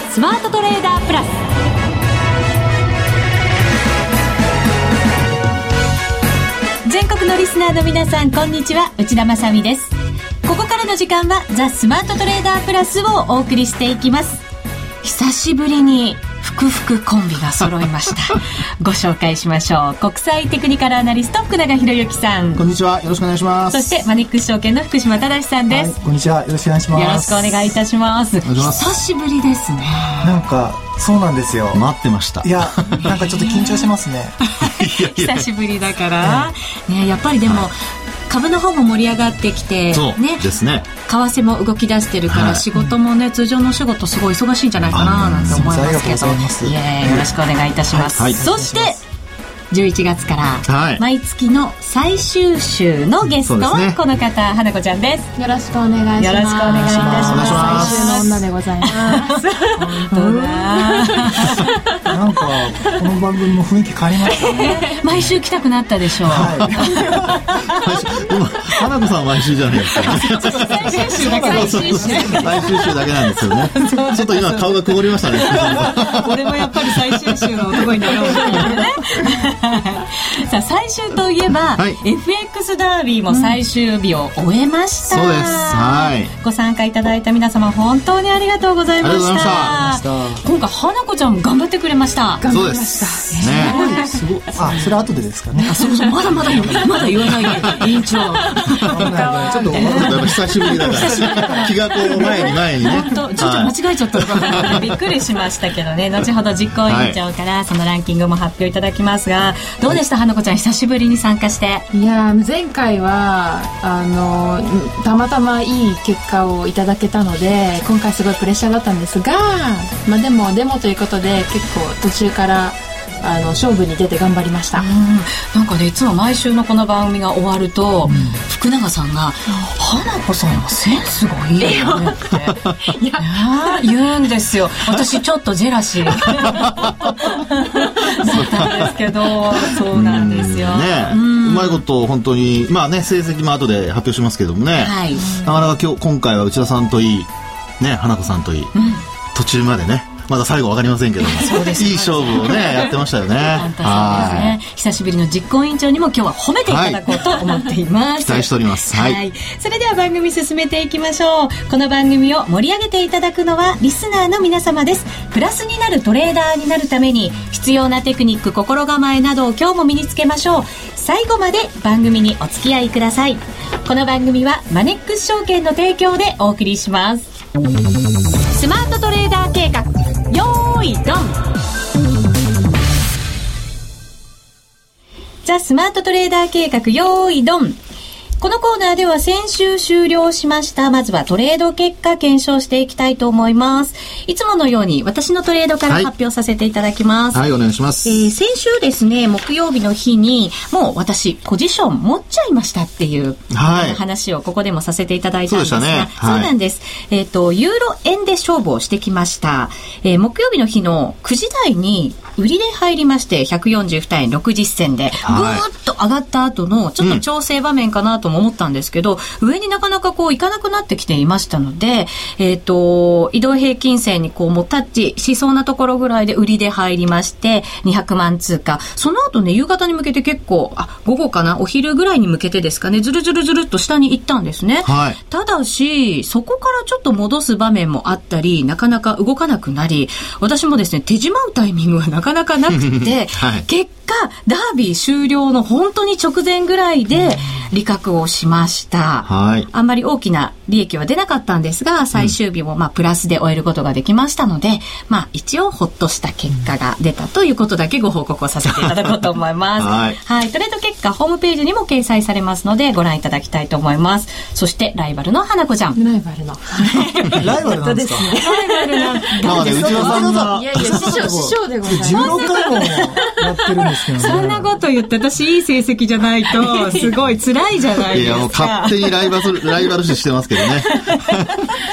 スマートトレーダープラス。全国のリスナーの皆さん、こんにちは、内田まさみです。ここからの時間はザ・スマートトレーダープラスをお送りしていきます。久しぶりにふくふくコンビが揃いましたご紹介しましょう。国際テクニカルアナリスト福永博之さん、 こんにちは、よろしくお願いします。 そしてマネックス証券の福島正さんです、 はい、こんにちは、よろしくお願いします。 よろしくお願いいたします。久しぶりですね。 なんかそうなんですよ、 待ってました。 いや、なんかちょっと緊張しますね久しぶりだから、ね、やっぱりでも、はい、株の方も盛り上がってきて、 そうですね、 為替も動き出してるから、はい、仕事もね、通常の仕事すごい忙しいんじゃないかななんて思いますけど、よろしくお願いいたします、はい、そして11月から毎月の最終週のゲストはこの方、花子ちゃんです。 よろしくお願いします。 よろしくお願いいたします。最終の女でございます本当だなんかこの番組も雰囲気変わりましたね毎週来たくなったでしょう、 はい、 でも花子さんは毎週じゃないですか、ね、 最終週だけ最終週だけなんですよねちょっと今顔が曇りましたね俺もやっぱり最終週の男になろうみたいなねさあ、最終といえば、はい、FX ダービーも最終日を終えました、 そうです、はい、 ご参加いただいた皆様本当にありがとうございました。今回花子ちゃんも頑張ってくれました。 そうですね、 すごい。あ、それ後でですかね。 そうそう、まだまだ言わないで委員長ちょっと久しぶりだから気がこう前にねちょっと間違えちゃったのかなびっくりしましたけどね。後ほど実行委員長からそのランキングも発表いただきますが、どうでした、花子ちゃん、久しぶりに参加して。 いや、前回はたまたまいい結果をいただけたので、今回すごいプレッシャーだったんですが、でもデモということで結構途中から勝負に出て頑張りました。 なんかね、いつも毎週のこの番組が終わると、福永さんが花子さんはセンスがいいよねって言うんですよ。私ちょっとジェラシーだったんですけど、そうなんですよね。うまいこと本当に、まあね、成績も後で発表しますけどもね、はい、なかなか今回は内田さんといいね、花子さんといい、途中までね、まだ最後分かりませんけども、いい勝負をねやってましたよね。 本当そうですね。久しぶりの実行委員長にも今日は褒めていただこうと思っています、 期待しております、はい、 それでは番組進めていきましょう。この番組を盛り上げていただくのはリスナーの皆様です。プラスになるトレーダーになるために必要なテクニック、心構えなどを今日も身につけましょう。最後まで番組にお付き合いください。この番組はマネックス証券の提供でお送りします。スマートトレーダー計画、よーいドン。ザ・スマートトレーダー計画、よーいドン。このコーナーでは先週終了しました。まずはトレード結果検証していきたいと思います。いつものように私のトレードから発表させていただきます。 はい、お願いします。 先週ですね、木曜日の日にもう私ポジション持っちゃいましたっていう、話をここでもさせていただいたんですが、そうなんです。ユーロ円で勝負をしてきました。木曜日の日の9時台に売りで入りまして、142円60銭でぐーっと上がった後のちょっと調整場面かなとも思ったんですけど、上になかなかこういかなくなってきていましたので、移動平均線にこうもうタッチしそうなところぐらいで売りで入りまして、200万通貨。その後ね、夕方に向けて結構、午後かな、お昼ぐらいに向けてですかね、ずるずるずるっと下に行ったんですね。はい、ただし、そこからちょっと戻す場面もあったり、なかなか動かなくなり、私もですね、手締まうタイミングがなかなかなくて、はい、結果、ダービー終了の本当に直前ぐらいで利確をしました。はい、あんまり大きな利益は出なかったんですが、最終日もプラスで終えることができましたので、一応ほっとした結果が出たということだけご報告をさせていただこうと思います。はい、トレード結果ホームページにも掲載されますのでご覧いただきたいと思います。そしてライバルの花子ちゃん。 ライバルのライバルなんですか。 ライバルなんですか。内田さんがいやいや師匠でございます。 16回もやってるんですけどね。 そんなこと言って私いい成績じゃないとすごい辛いじゃないですか。 いやもう勝手にライバル視してますけどね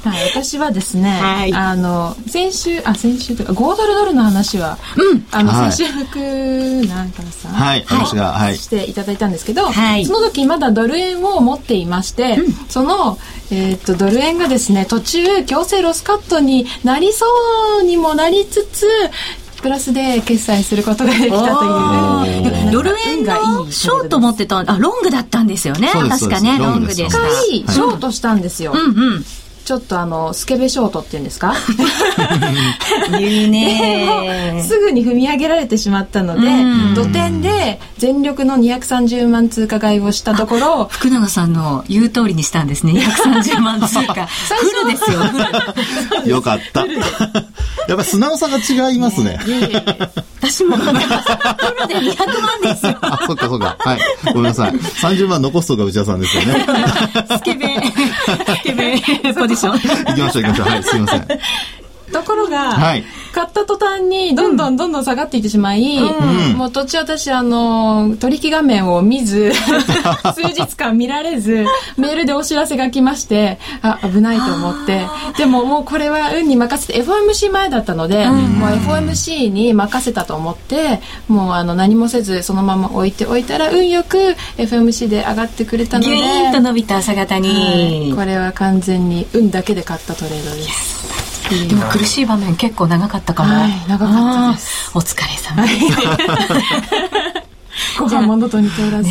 はい、私はですね、 はい、 先週というか5ドルの話は、先週福永さん、 はい、私が、はい、 していただいたんですけど、 はい、 その時まだドル円を持っていまして、その、ドル円がですね、途中強制ロスカットになりそうにもなりつつ、プラスで決済することができたという。 ドル円がショート持ってた、ロングだったんですよね。確かね、ロングでした。 一回ショートしたんですよ。ちょっとスケベショートっていうんですか言うね。 でもすぐに踏み上げられてしまったので、土点で全力の230万通貨買いをしたところ、 福永さんの言う通りにしたんですね。230万通貨フルですよ、フル。 よかったやっぱり素直さが違いますね。 私もフルで200万ですよ。 あ、そっかそっか。はい。ごめんなさい。30万残すとか内田さんですよね。 スケベポジション。 行きましょう。はい、すいません。 ところが、 はい、 買った途端にどんどん下がっていってしまい、もう途中私取引画面を見ず数日間見られずメールでお知らせが来まして、危ないと思って、でももうこれは運に任せて FOMC 前だったので、もう FOMC に任せたと思って、もう何もせずそのまま置いておいたら運よく FOMC で上がってくれたので、 ギューンと伸びた朝方に、 これは完全に運だけで買ったトレードです。 でも苦しい場面結構長かったかも。 はい、長かったです。 お疲れ様です。 ご飯も喉に通らず。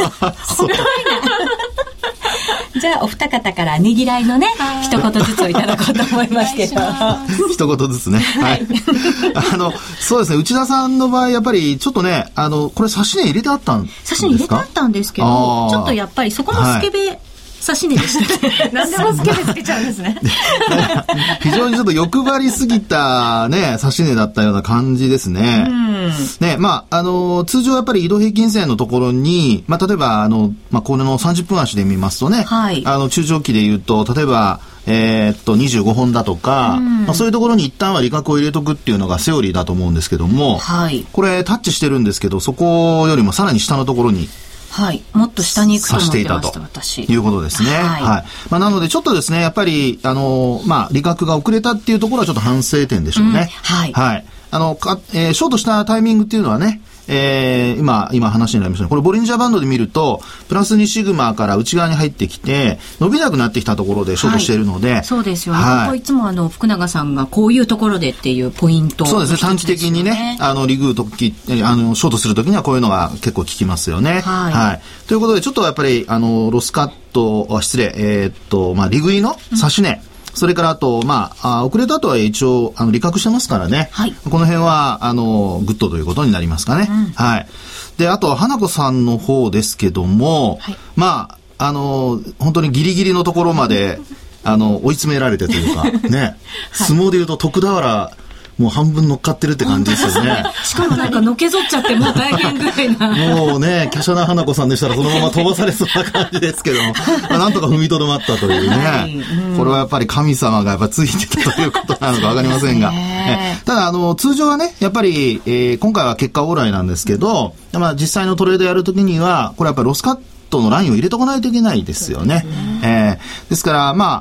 じゃあお二方からねぎらいのね一言ずつをいただこうと思いますけど。 一言ずつね。はい。そうですね。内田さんの場合やっぱりちょっとね、これ指値入れてあったんですか？ 指値入れてあったんですけど、ちょっとやっぱりそこもスケベ。指値でしたね。 何でもスケベつけちゃうんですね。 非常にちょっと欲張りすぎたね、指値だったような感じですね。ね、通常やっぱり移動平均線のところに、例えばこれの30分足で見ますとね、 はい、 中長期で言うと、例えば、25本だとか、そういうところに一旦は利確を入れとくっていうのがセオリーだと思うんですけども、 はい、 これタッチしてるんですけど、そこよりもさらに下のところに、 はい、もっと下に行くと思ってました私。 いうことですね。はい。なのでちょっとですね、やっぱり利確が遅れたっていうところはちょっと反省点でしょうね。 はい。 はい。ショートしたタイミングっていうのはね、今話になりましたね。これボリンジャーバンドで見るとプラス2シグマから内側に入ってきて伸びなくなってきたところでショートしているので、 はい、そうですよね。ここいつも福永さんがこういうところでっていうポイント、 そうですね。短期的にね、リグショートするときにはこういうのが結構効きますよね。 はい。 はい。ということでちょっとやっぱりロスカット利食いの指値、それからあと、遅れたとは一応、利確してますからね。 はい。 この辺は、グッドということになりますかね。はい。で、あと、花子さんの方ですけども、はい、本当にギリギリのところまで、追い詰められてというか、ね、相撲で言うと徳俵、もう半分乗っかってるって感じですよね。 しかものけぞっちゃってもう大変ぐらいな。 もうね、華奢な花子さんでしたらそのまま飛ばされそうな感じですけども、なんとか踏みとどまったというね、はい、これはやっぱり神様がやっぱついてたということなのかわかりませんが、ただ通常はね、やっぱり、今回は結果オーライなんですけど、実際のトレードやるときには、これやっぱりロスカットのラインを入れとかないといけないですよね。ですから、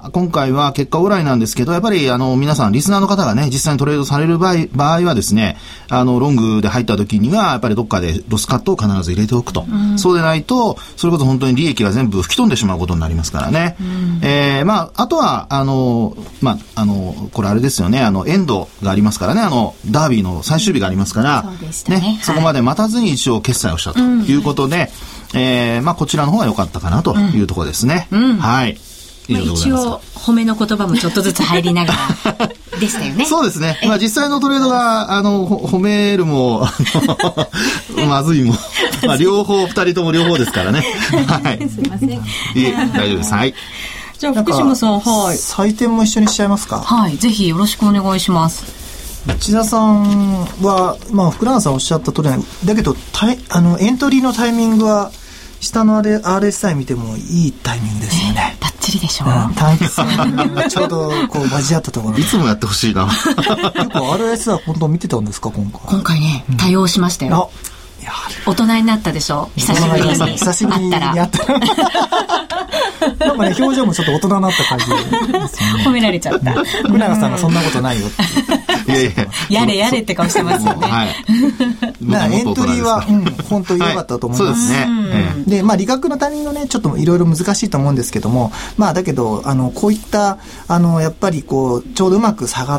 今回は結果オーライなんですけど、やっぱり皆さんリスナーの方がね、実際にトレードされる場合はですね、ロングで入った時にはやっぱりどっかでロスカットを必ず入れておくと、そうでないとそれこそ本当に利益が全部吹き飛んでしまうことになりますからね。あとはこれあれですよね、エンドがありますからね、ダービーの最終日がありますから、 そうでしたね、 そこまで待たずに一応決済をしたということで、こちらの方が良かったかなというところですね。はい。 一応褒めの言葉もちょっとずつ入りながらでしたよね。 そうですね。実際のトレードが褒めるもまずいも両方、二人とも両方ですからね。はい。 すいません。 大丈夫です。はい。 じゃあ福島さん、はい。 採点も一緒にしちゃいますか。 はい。ぜひよろしくお願いします。 内田さんは福永さんおっしゃった通りだけどエントリーのタイミングは下のRSI 見てもいいタイミングですよね。 バッチリでしょう。 短期線がちょうど交わったところいつもやってほしいな。 結構 RSI は本当見てたんですか今回ね、多用しましたよ。大人になったでしょ。久しぶりに会ったら。 なんかね、表情もちょっと大人になった感じですよね。 褒められちゃった。 福永さんがそんなことないよって。 いやいや。 やれやれって顔してますよね。 はい。 エントリーは、本当に良かったと思います。 そうですね。 で、理学の他人のね、ちょっといろいろ難しいと思うんですけども、だけど、こういった、やっぱりこう、ちょうどうまく下がって、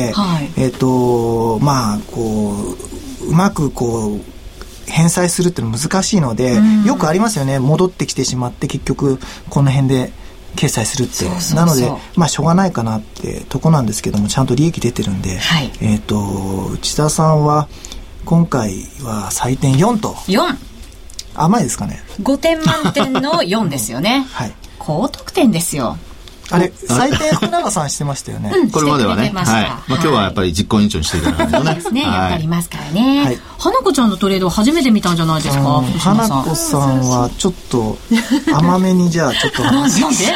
はい、うまくこう、返済するっていうのは難しいので、よくありますよね。戻ってきてしまって結局この辺で決済するって。なのでしょうがないかなってとこなんですけども、ちゃんと利益出てるんで、はい、内田さんは今回は採点4と。 4。 甘いですかね。 5点満点の4ですよね。はい。高得点ですよ。 あれ、採点福永さんしてましたよね。 これまではね。はい。今日はやっぱり実行委員長にしていただかないとね。 そうですね。やっぱりいますからね。はい。花子ちゃんのトレードを初めて見たんじゃないですか。 花子さんはちょっと甘めにじゃあちょっとなん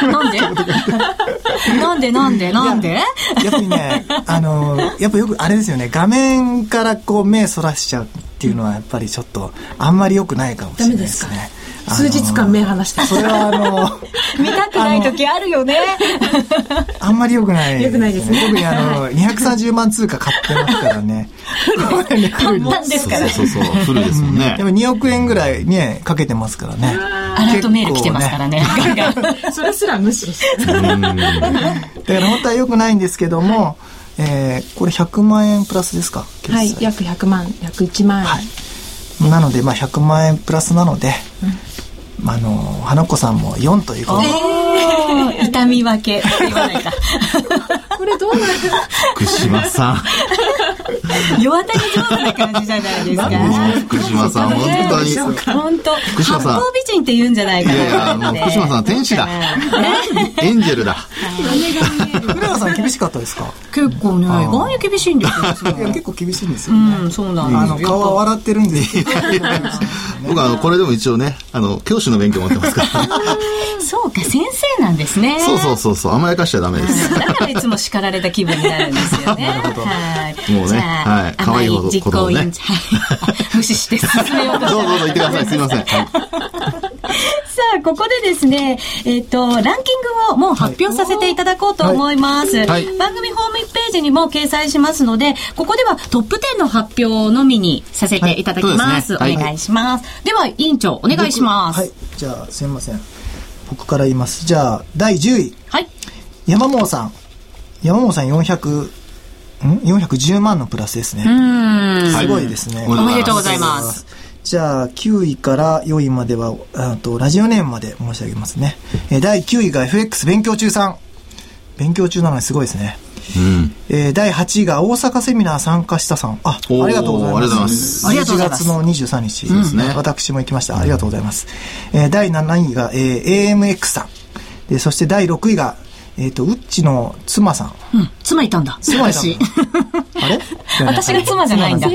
でやっぱりね、やっぱよくあれですよね。画面からこう目そらしちゃうっていうのはやっぱりちょっとあんまり良くないかもしれないですね。 数日間目離して。 それは見たくない時あるよね。 あんまり良くない。 良くないですね。 特に230万通貨買ってますからね。 簡単ですから。 そう、フルですもんね。 でも2億円ぐらいね、かけてますからね。 アラートメール来てますからね。 それすら無視です。 だから本当は良くないんですけども、これ100万円プラスですか？ はい、約100万、約1万円。はい。 なので100万円プラスなので、花子さんも4ということで、 痛み分けって言わないか。 これどうなる？ 福島さん世当たり上手な感じじゃないですか。 福島さん本当に本当八方美人って言うんじゃないかな。 いや福島さん天使だ。エンジェルだ。 福永さん厳しかったですか？ 結構ね、意外に厳しいんですよ。 結構厳しいんですよね。 そうなんです。 顔は笑ってるんですよ。 僕これでも一応ね、教師の免許持ってますから。 そうか、先生なんですね。 そう、甘やかしちゃダメです。 だからいつも叱られた気分になるんですよね。 なるほど。 もうね、はい、可愛いほど実行委員長、無視して進めようと。 どうぞ言ってください。すいません。 さあ、ここでですね、ランキングをもう発表させていただこうと思います。番組ホームページにも掲載しますので、ここではトップ10の発表のみにさせていただきます。お願いします。では、委員長、お願いします。 はい。じゃあ、すいません。僕から言います。じゃあ、第10位。 はい。 山本さん410万のプラスですね。すごいですね。 おめでとうございます。 じゃあ9位から4位まではラジオネームまで申し上げますね。第9位が FX 勉強中さん。勉強中なのにすごいですね。第8位が大阪セミナー参加したさん。ありがとうございます。1月の23日ですね。私も行きました。ありがとうございます。第7位が、AMX さん。で、そして第6位がウッチの妻さん。 妻いたんだ。 妻いたんだ。あれ？ 私が妻じゃないんだ。 違う、ウ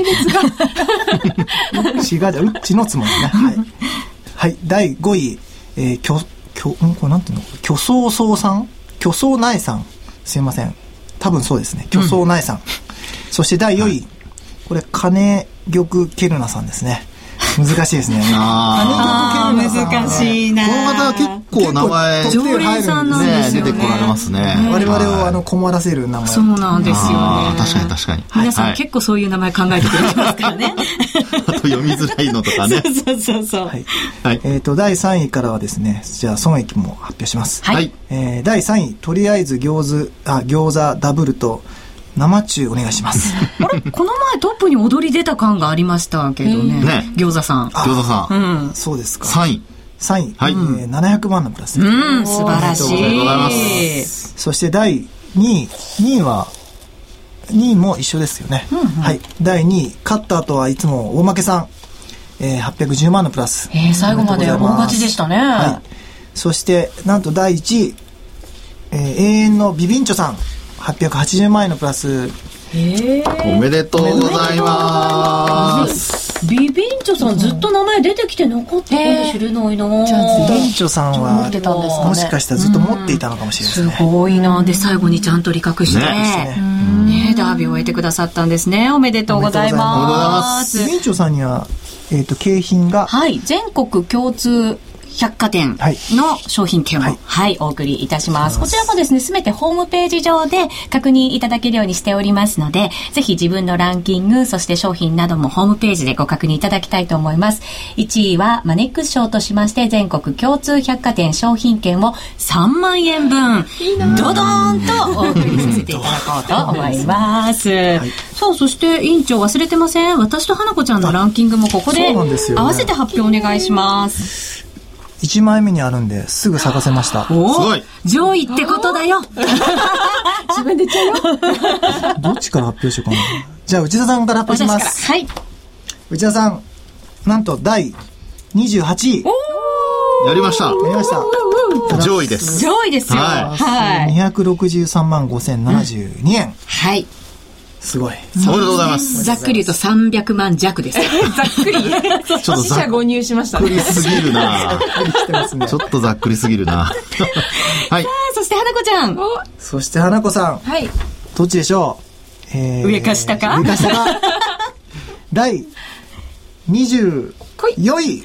ッチの妻ですね。はい。はい。第5位、これなんていうの？巨宗荘さん？巨宗苗さん。すいません。多分そうですね。巨宗苗さん。そして第4位、これ、金玉ケルナさんですね。難しいですね。 難しいな。 この方は結構名前常連さんなんですよね。 出てこられますね。 我々を困らせる名前。 そうなんですよね。 確かに。 皆さん結構そういう名前考えてくれてますからね。 あと読みづらいのとかね。 そう。 はい。第3位からはですね、じゃあ損益も発表します。 はい。 第3位、とりあえず餃子ダブルと生中お願いします。 あれ、この前トップに踊り出た感がありましたけどね。餃子さん。 そうですか。 3位。 はい。700万のプラス。 素晴らしい。ありがとうございます。 そして第2位も一緒ですよね。はい。第2位、勝った後はいつも大負けさん。810万のプラス。 最後まで大勝ちでしたね。 はい。そして、なんと第1位、永遠のビビンチョさん。880万円のプラス。 おめでとうございます。 ビビンチョさんずっと名前出てきて残ってこれ知れないな。 ビビンチョさんはもしかしたらずっと持っていたのかもしれないですね。 すごいな。で最後にちゃんと利確してねダービーを終えてくださったんですね。おめでとうございます。 ビビンチョさんには景品が全国共通百貨店の商品券を、お送りいたします。こちらもですね、すべてホームページ上で確認いただけるようにしておりますので、ぜひ自分のランキング、そして商品などもホームページでご確認いただきたいと思います。1位はマネックス賞としまして、全国共通百貨店商品券を3万円分、ドドーンとお送りさせていただこうと思います。そう、そして委員長忘れてません？私と花子ちゃんのランキングもここで合わせて発表お願いします。 1枚目にあるんですぐ探せました。 すごい。 上位ってことだよ。自分で言っちゃうよ。 どっちから発表しようかな。じゃあ内田さんから発表します。 はい。 内田さん、なんと第28位。 やりました。 やりました。 上位です。 上位ですよ。 はい。263万5072円。 はい。 すごい。 おめでとうございます。 ざっくり言うと300万弱です。ざっくり。 ちょっと四捨五入しましたね。 ざっくりすぎるな。ちょっとざっくりすぎるな。はい。 そして花子ちゃん。 そして花子さん。 はい。 どっちでしょう？ 上か下か？ 上か下か。第24位。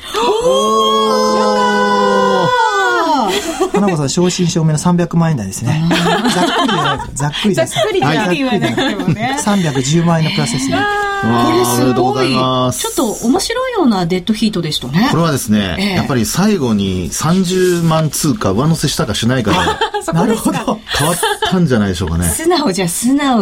花子さん正真正銘の300万円台ですね。ざっくりじゃないです。ざっくりです。 ざっくり言わなくてもね。 310万円のプラスですね。 これすごい。ちょっと面白いようなデッドヒートでしたね。 これはですね、やっぱり最後に30万通貨上乗せしたかしないかで、 なるほど。 変わったんじゃないでしょうかね。 素直じゃ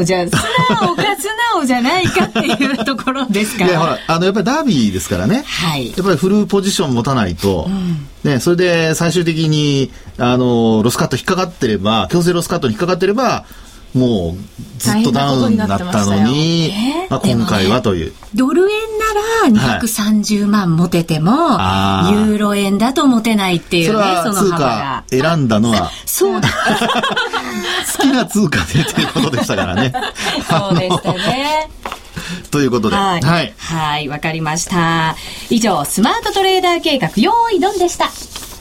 ないかっていうところですから。 いや、ほら、やっぱりダービーですからね。 はい。 やっぱりフルポジション持たないと、ね、それで最終的に、ロスカット引っかかってれば、強制ロスカットに引っかかってれば、もうずっとダウンだったのに、今回はという。 ドル円なら230万持てても、ユーロ円だと持てないっていうね、その幅が。 通貨選んだのは、 そうだ。 好きな通貨でということでしたからね。 そうでしたね。 ということで。 はい、わかりました。以上、スマートトレーダー計画、用意ドンでした。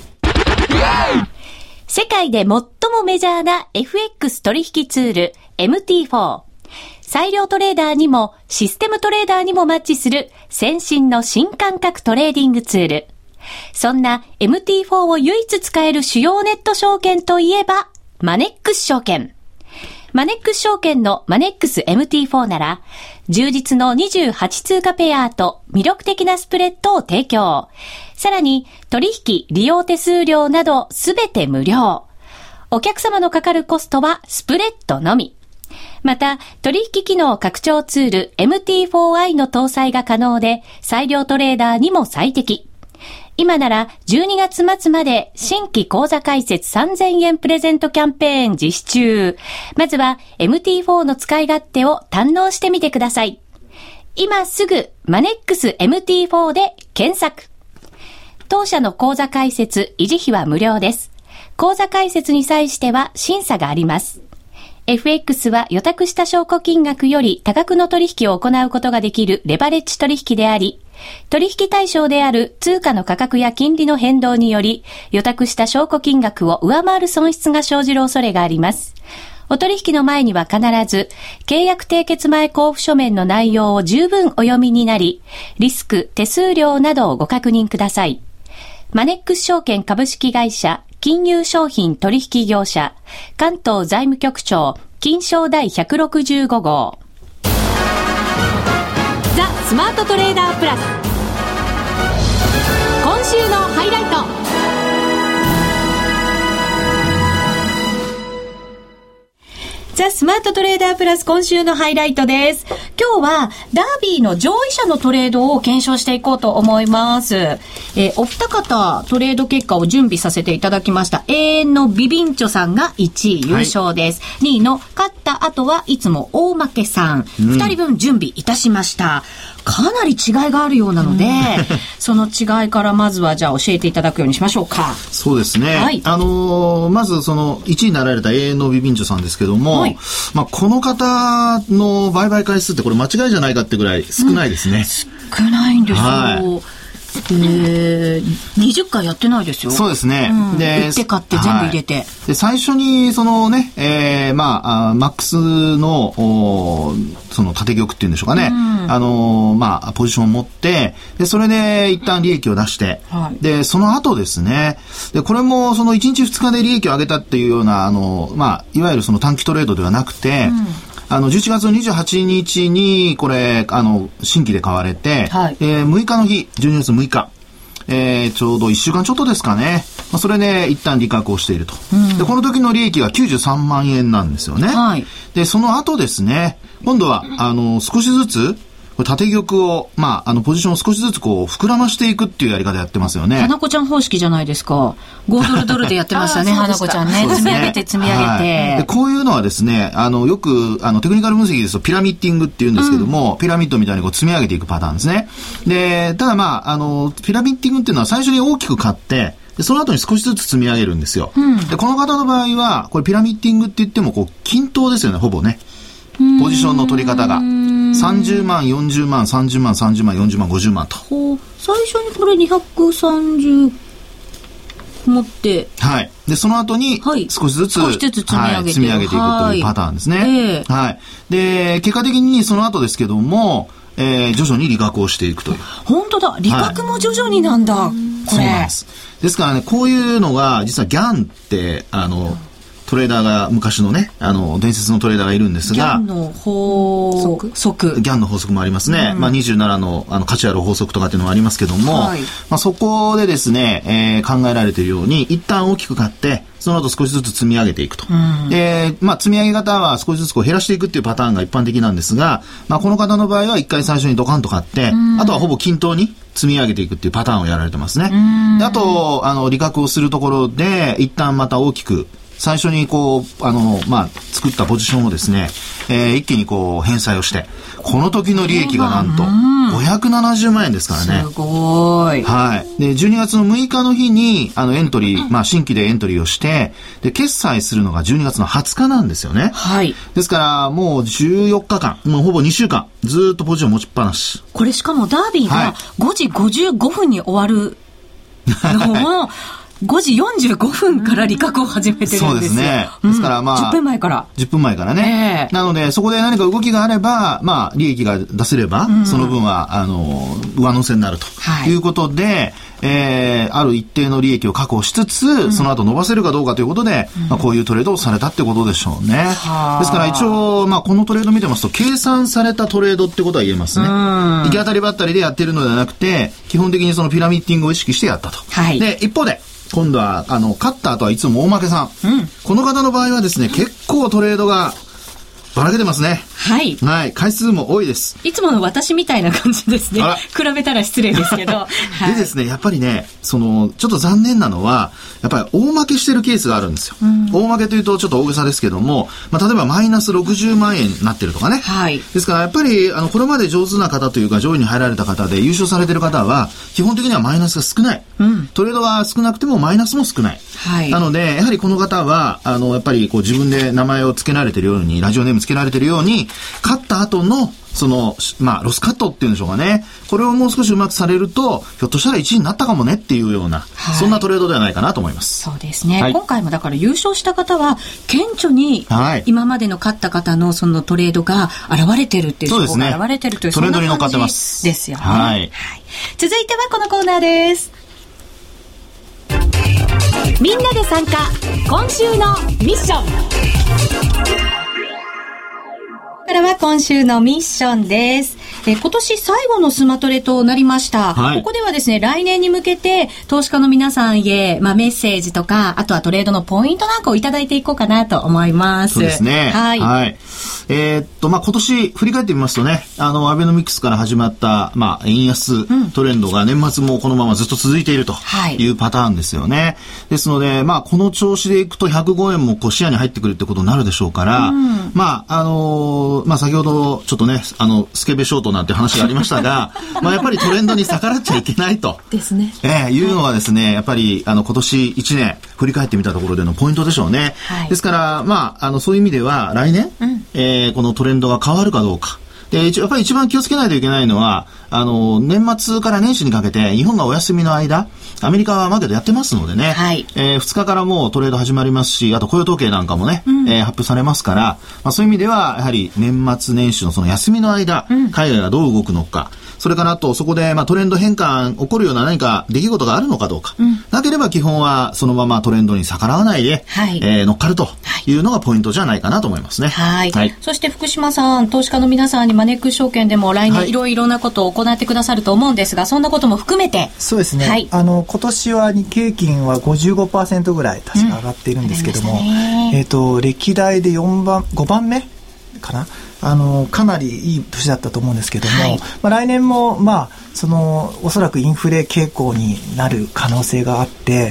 世界で最もメジャーな FX 取引ツール MT4。裁量トレーダーにもシステムトレーダーにもマッチする先進の新感覚トレーディングツール。そんな MT4 を唯一使える主要ネット証券といえばマネックス証券。マネックス証券のマネックス MT4 なら、充実の28通貨ペアと魅力的なスプレッドを提供。さらに、取引、利用手数料などすべて無料。お客様のかかるコストはスプレッドのみ。また、取引機能拡張ツール MT4i の搭載が可能で、裁量トレーダーにも最適。今なら12月末まで新規口座開設3000円プレゼントキャンペーン実施中。まずは MT4 の使い勝手を堪能してみてください。今すぐマネックス MT4 で検索。当社の口座開設維持費は無料です。口座開設に際しては審査があります。FX は予託した証拠金額より多額の取引を行うことができるレバレッジ取引であり、取引対象である通貨の価格や金利の変動により、予託した証拠金額を上回る損失が生じる恐れがあります。お取引の前には必ず、契約締結前交付書面の内容を十分お読みになり、リスク、手数料などをご確認ください。マネックス証券株式会社、金融商品取引業者、関東財務局長、金商第165号。ザ・スマートトレーダープラス。今週のハイライト。ザ・スマートトレーダープラス今週のハイライトです。今日はダービーの上位者のトレードを検証していこうと思います。お二方トレード結果を準備させていただきました。永遠のビビンチョさんが1位優勝です。2位の勝った後はいつも大負けさん。2人分準備いたしました。かなり違いがあるようなので、その違いからまずはじゃあ教えていただくようにしましょうか。 そうですね。はい、まずその1位になられた永遠のビビンチョさんですけども、はい、この方の売買回数ってこれ間違いじゃないかってぐらい少ないですね。 少ないんですよ。はい、 20回やってないですよ。 そうですね。 で、売って買って全部入れて。 で、最初に、そのね、マックスの、その縦玉っていうんでしょうかね。ポジションを持って、で、それで一旦利益を出して、で、その後ですね、で、これもその1日2日で利益を上げたっていうような、いわゆるその短期トレードではなくて、11月28日に、これ、新規で買われて、6日の日、12月6日、ちょうど1週間ちょっとですかね。それで一旦利確をしていると。で、この時の利益が93万円なんですよね。で、その後ですね、今度は、少しずつ、縦玉を、ポジションを少しずつこう、膨らましていくっていうやり方やってますよね。 花子ちゃん方式じゃないですか。5ドルでやってましたね、花子ちゃんね。積み上げて積み上げて。 で、こういうのはですね、よく、テクニカル分析ですと、ピラミッティングって言うんですけども、ピラミッドみたいにこう、積み上げていくパターンですね。で、ただピラミッティングっていうのは最初に大きく買って、で、その後に少しずつ積み上げるんですよ。で、この方の場合は、これピラミッティングって言っても、こう、均等ですよね、ほぼね。ポジションの取り方が。30万、40万、30万、30万、40万、50万と。 最初にこれ230持って。 はい。で、その後に少しずつ、積み上げていくというパターンですね。で、結果的にその後ですけども、徐々に利確をしていくという。 本当だ。利確も徐々になんだ。これ。 そうなんです。ですからね、こういうのが、実はギャンって、トレーダーが昔のね、伝説のトレーダーがいるんですが、 ギャンの法則。 ギャンの法則もありますね。27の、価値ある法則とかっていうのもありますけども、そこでですね、考えられているように、一旦大きく買って、その後少しずつ積み上げていくと。で、積み上げ方は少しずつこう減らしていくっていうパターンが一般的なんですが、この方の場合は一回最初にドカンと買って、あとはほぼ均等に積み上げていくっていうパターンをやられてますね。で、あと、利確をするところで、一旦また大きく、最初にこう、作ったポジションをですね、一気にこう、返済をして、この時の利益がなんと、570万円ですからね。 すごい。 はい。で、12月の6日の日に、エントリー、新規でエントリーをして、で、決済するのが12月の20日なんですよね。ですから、もう14日間、もうほぼ2週間、ずっとポジション持ちっぱなし。 これしかもダービーが5時55分に終わるのを、5時45分から利確を始めてるんですよ。そうですね。ですから 10分前から。 10分前からね。なので、そこで何か動きがあれば、利益が出せれば、その分は、上乗せになるということで、ある一定の利益を確保しつつ、その後伸ばせるかどうかということで、こういうトレードをされたってことでしょうね。ですから一応、このトレード見てますと、計算されたトレードってことは言えますね。行き当たりばったりでやってるのではなくて、基本的にそのピラミッティングを意識してやったと。で、一方で、今度は、勝った後はいつも大負けさん。この方の場合はですね、結構トレードがばらけてますね。回数も多いです。 いつもの私みたいな感じですね。比べたら失礼ですけど。 でですね、やっぱりね、ちょっと残念なのは、やっぱり大負けしてるケースがあるんですよ。大負けというとちょっと大げさですけども、例えばマイナス60万円になってるとかね。ですからやっぱり、これまで上手な方というか上位に入られた方で優勝されてる方は、基本的にはマイナスが少ない。トレードが少なくてもマイナスも少ない。なので、やはりこの方は、やっぱりこう自分で名前を付けられてるように、ラジオネーム付けられてるように、勝った後の、ロスカットっていうんでしょうかね。これをもう少しうまくされると、ひょっとしたら1位になったかもねっていうような、そんなトレードではないかなと思います。 そうですね。今回もだから優勝した方は、顕著に、今までの勝った方のそのトレードが現れてるっていう、 そうが現れてるという、 トレンドに乗っかってます。 ですよね。続いてはこのコーナーです。みんなで参加、今週のミッション。ここからは今週のミッションです。今年最後のスマトレとなりました。ここではですね、来年に向けて投資家の皆さんへ、メッセージとか、あとはトレードのポイントなんかをいただいていこうかなと思います。 そうですね。今年振り返ってみますとね、アベノミクスから始まった、円安トレンドが年末もこのままずっと続いているというパターンですよね。ですので、この調子でいくと105円もこう視野に入ってくるってことになるでしょうから、先ほどちょっとね、スケベショートなんて話がありましたが、やっぱりトレンドに逆らっちゃいけないと。 ですね。 いうのはですね、やっぱり、今年1年振り返ってみたところでのポイントでしょうね。ですから、そういう意味では、来年、このトレンドが変わるかどうか。で、やっぱり一番気をつけないといけないのは、 年末から年始にかけて日本がお休みの間、アメリカはマーケットやってますのでね、はい、2日からもうトレード始まりますし、あと雇用統計なんかもね、発表されますから、そういう意味ではやはり年末年始のその休みの間、海外がどう動くのか、それからあとそこでトレンド変換起こるような何か出来事があるのかどうか、なければ基本はそのままトレンドに逆らわないで、はい、乗っかるというのがポイントじゃないかなと思いますね。 はい。はい、そして福島さん、投資家の皆さんにマネックス証券でも来年いろいろなことを行ってくださると思うんですが、そんなことも含めて。 そうですね。はい、今年は日経金は 55% ぐらい確か上がっているんですけども、歴代で5番目かな、かなりいい年だったと思うんですけども、はい、来年もおそらくインフレ傾向になる可能性があって、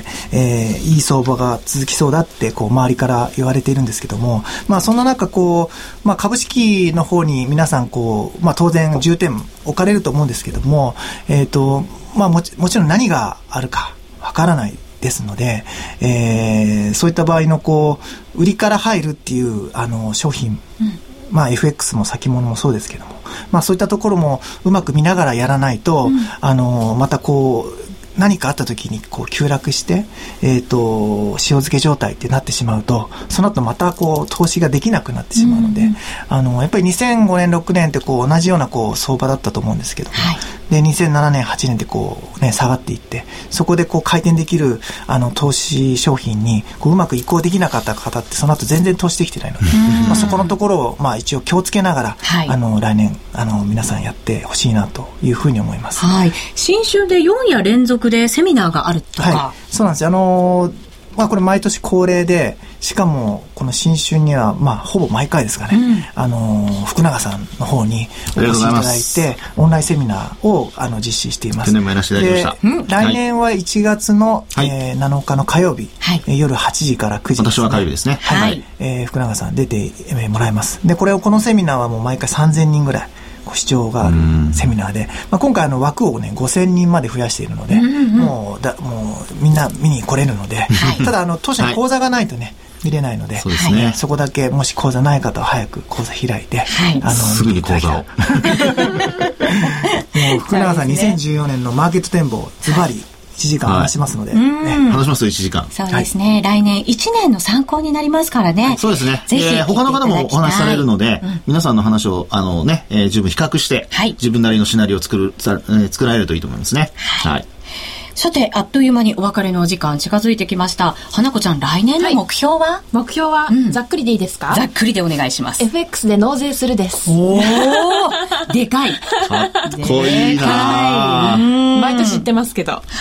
いい相場が続きそうだって周りから言われているんですけども、そんな中株式の方に皆さん当然重点置かれると思うんですけども、もちろん何があるかわからないですので、そういった場合の売りから入るっていう商品、FX も先物もそうですけども、そういったところもうまく見ながらやらないと、また何かあった時に急落して、塩漬け状態ってなってしまうと、その後また投資ができなくなってしまうので、やっぱり2005年6年って同じような相場だったと思うんですけども、はい、で2007年8年で下がっていって、そこで回転できる投資商品にうまく移行できなかった方ってその後全然投資できてないので、そこのところを一応気をつけながら、はい、来年皆さんやってほしいなというふうに思います。 はい、新春で4夜連続でセミナーがあるとか、 はい、そうなんですよ。これ毎年恒例で、しかもこの新春にはほぼ毎回ですかね、福永さんの方にお越しいただいてオンラインセミナーを実施しています。 去年もやらせていただきました。 来年は1月の、7日の火曜日、はい、夜8時から9時ですね。 私は火曜日ですね。 はい、福永さん出てもらいます。でこのセミナーはもう毎回3000人ぐらい視聴があるセミナーで、今回枠をね5000人まで増やしているので、もうみんな見に来れるので、ただ当初に講座がないとね、見れないので、そこだけもし講座ない方は早く講座開いて、 すぐに講座をもう福永さん2014年のマーケット展望ズバリ1時間話しますので、 話しますよ1時間。 そうですね、来年1年の参考になりますからね。 そうですね。ぜひ他の方もお話しされるので、皆さんの話を十分比較して、自分なりのシナリオを作られるといいと思いますね。はい。 さて、あっという間にお別れのお時間近づいてきました。花子ちゃん、来年の目標は？ 目標は、ざっくりでいいですか？ ざっくりでお願いします。 FX で納税するです。 おーでかい。 かっこいいな。 毎年言ってますけど。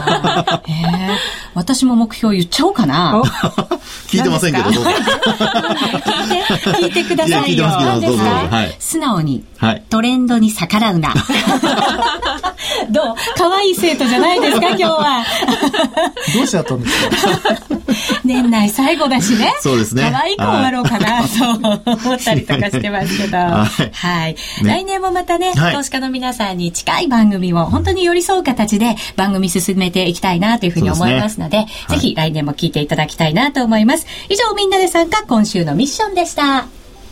私も目標言っちゃおうかな。 聞いてませんけど、どうぞ。 聞いてくださいよ。 何ですか？ 素直に、トレンドに逆らうな。どう？可愛い生徒じゃないですか今日は。 どうしちゃったんですか？ 年内最後だしね。 そうですね。 可愛い子終わろうかなと思ったりとかしてますけど。はい。来年もまたね、投資家の皆さんに近い番組を本当に寄り添う形で番組進めていきたいなというふうに思いますので、ぜひ来年も聞いていただきたいなと思います。以上、みんなで参加、今週のミッションでした。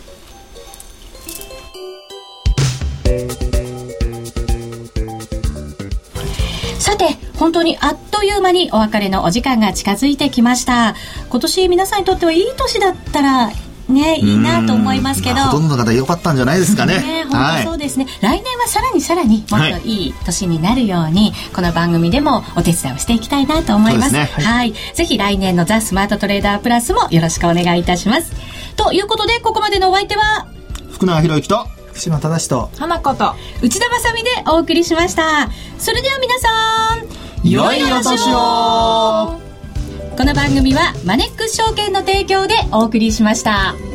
さて、本当にあっという間にお別れのお時間が近づいてきました。今年皆さんにとってはいい年だったらね、いいなと思いますけど、 ほとんどの方良かったんじゃないですかね。 本当そうですね。来年はさらにもっといい年になるように、この番組でもお手伝いをしていきたいなと思います。はい。ぜひ来年のザ・スマートトレーダープラスもよろしくお願いいたします。ということで、ここまでのお相手は福永博之と福島正と花子と内田まさみでお送りしました。それでは皆さん、 良いお年を。 この番組はマネックス証券の提供でお送りしました。